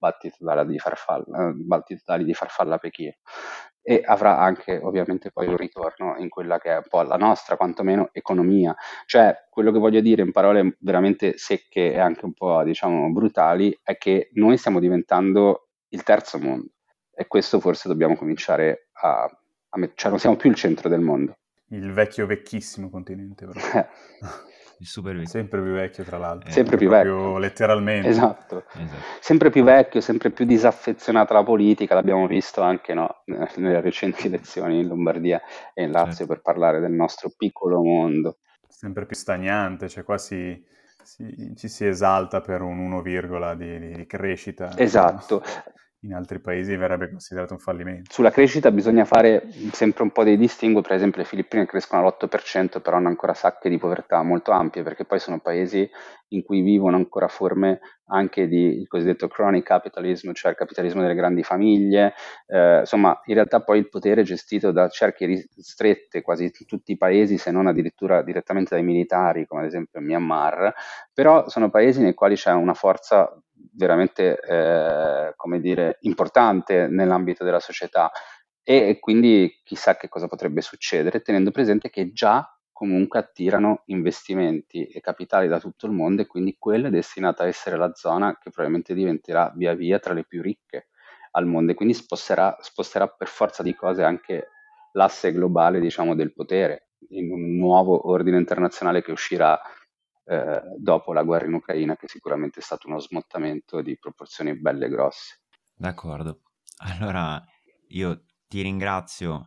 battito d'ali di farfalla a Pechino, e avrà anche ovviamente poi un ritorno in quella che è un po' la nostra, quantomeno, economia. Cioè, quello che voglio dire in parole veramente secche e anche un po', diciamo, brutali, è che noi stiamo diventando il terzo mondo, e questo forse dobbiamo cominciare cioè non siamo più il centro del mondo. Il vecchio vecchissimo continente, però. Il super vecchio. Sempre più vecchio, tra l'altro. Sempre più proprio vecchio. Letteralmente. Esatto. Sempre più vecchio, sempre più disaffezionato alla politica, l'abbiamo visto anche, no, nelle recenti elezioni in Lombardia e in Lazio, per parlare del nostro piccolo mondo. Sempre più stagnante, cioè qua ci si esalta per un 1, di crescita. Esatto. In altri paesi verrebbe considerato un fallimento. Sulla crescita bisogna fare sempre un po' dei distinguo. Per esempio le Filippine crescono all'8%, però hanno ancora sacche di povertà molto ampie, perché poi sono paesi in cui vivono ancora forme anche di il cosiddetto crony capitalism, cioè il capitalismo delle grandi famiglie. Insomma, in realtà poi il potere è gestito da cerchie ristrette quasi in tutti i paesi, se non addirittura direttamente dai militari, come ad esempio in Myanmar, però sono paesi nei quali c'è una forza veramente, come dire, importante nell'ambito della società, e quindi chissà che cosa potrebbe succedere, tenendo presente che già comunque attirano investimenti e capitali da tutto il mondo, e quindi quella è destinata a essere la zona che probabilmente diventerà via via tra le più ricche al mondo, e quindi sposterà per forza di cose anche l'asse globale, diciamo, del potere, in un nuovo ordine internazionale che uscirà dopo la guerra in Ucraina, che sicuramente è stato uno smottamento di proporzioni belle grosse. D'accordo. Allora io ti ringrazio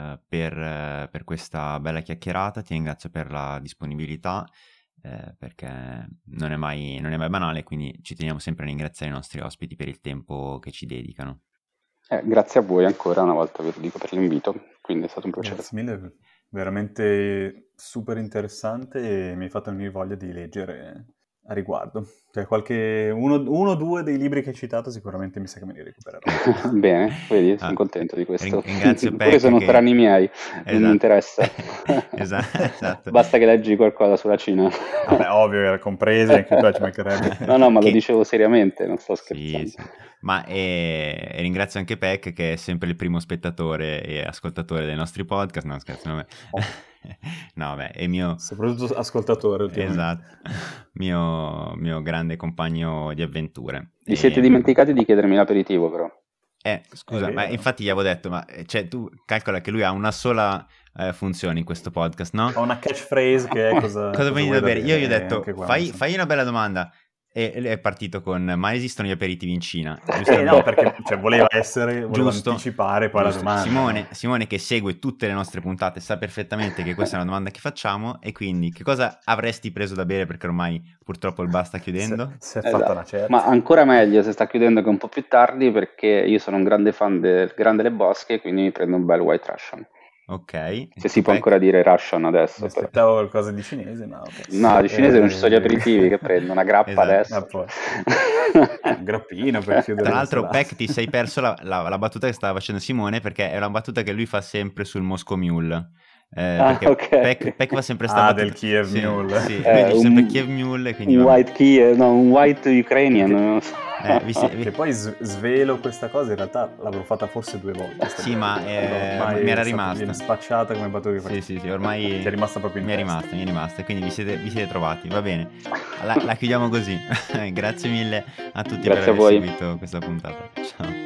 per questa bella chiacchierata, ti ringrazio per la disponibilità, perché non è mai banale, quindi ci teniamo sempre a ringraziare i nostri ospiti per il tempo che ci dedicano. Grazie a voi ancora una volta, ve lo dico, per l'invito, quindi è stato un piacere. Grazie mille, veramente super interessante, e mi hai fatto venire voglia di leggere a riguardo. Cioè uno o due dei libri che hai citato sicuramente mi sa che me li recupererò. Bene, vedi, sono contento di questo. Ringrazio Pure sono strani i miei, non mi interessa. Esatto. Basta che leggi qualcosa sulla Cina. Vabbè, ovvio, era compresi, anche tu ci mancherebbe. No, ma lo dicevo seriamente, non sto scherzando. Sì. Ma ringrazio anche Peck, che è sempre il primo spettatore e ascoltatore dei nostri podcast. No, scherzo, no, vabbè, è mio... Soprattutto ascoltatore, ultimamente. Esatto, mio grande compagno di avventure. Vi siete dimenticati di chiedermi l'aperitivo, però. Scusa, ma infatti gli avevo detto, ma cioè, tu calcola che lui ha una sola funzione in questo podcast, no? Ho una catchphrase che è cosa vuoi da bere? Io gli ho detto, fai una bella domanda. E è partito con, ma esistono gli aperitivi in Cina? No, perché voleva anticipare poi giusto. la domanda. Simone, che segue tutte le nostre puntate, sa perfettamente che questa è una domanda che facciamo, e quindi che cosa avresti preso da bere, perché ormai purtroppo il bar sta chiudendo? Si è fatta una certa. Ma ancora meglio se sta chiudendo che un po' più tardi, perché io sono un grande fan del Grande Le Bosche, quindi mi prendo un bel White Russian. Ok. Se si può ancora dire Russian adesso. Mi aspettavo qualcosa di cinese, ma okay. No, di cinese non ci sono gli aperitivi, che prendo una grappa adesso. Un grappino per chiudere. Tra l'altro, Peck, ti sei perso la battuta che stava facendo Simone, perché è una battuta che lui fa sempre sul Moscow Mule. Perché okay. Peck fa sempre sta battuta del Kiev Mule. Sì, dice sempre Kiev Mule, quindi un white Kiev, no, un white Ukrainian. Che poi svelo questa cosa, in realtà l'avrò fatta forse 2 volte. Sì, ma mi era rimasta. Viene spacciata come battuta che sì, ormai ti è rimasta proprio in testa. Mi è rimasta, quindi vi siete trovati, va bene. La chiudiamo così. Grazie mille a tutti per aver seguito questa puntata. Ciao.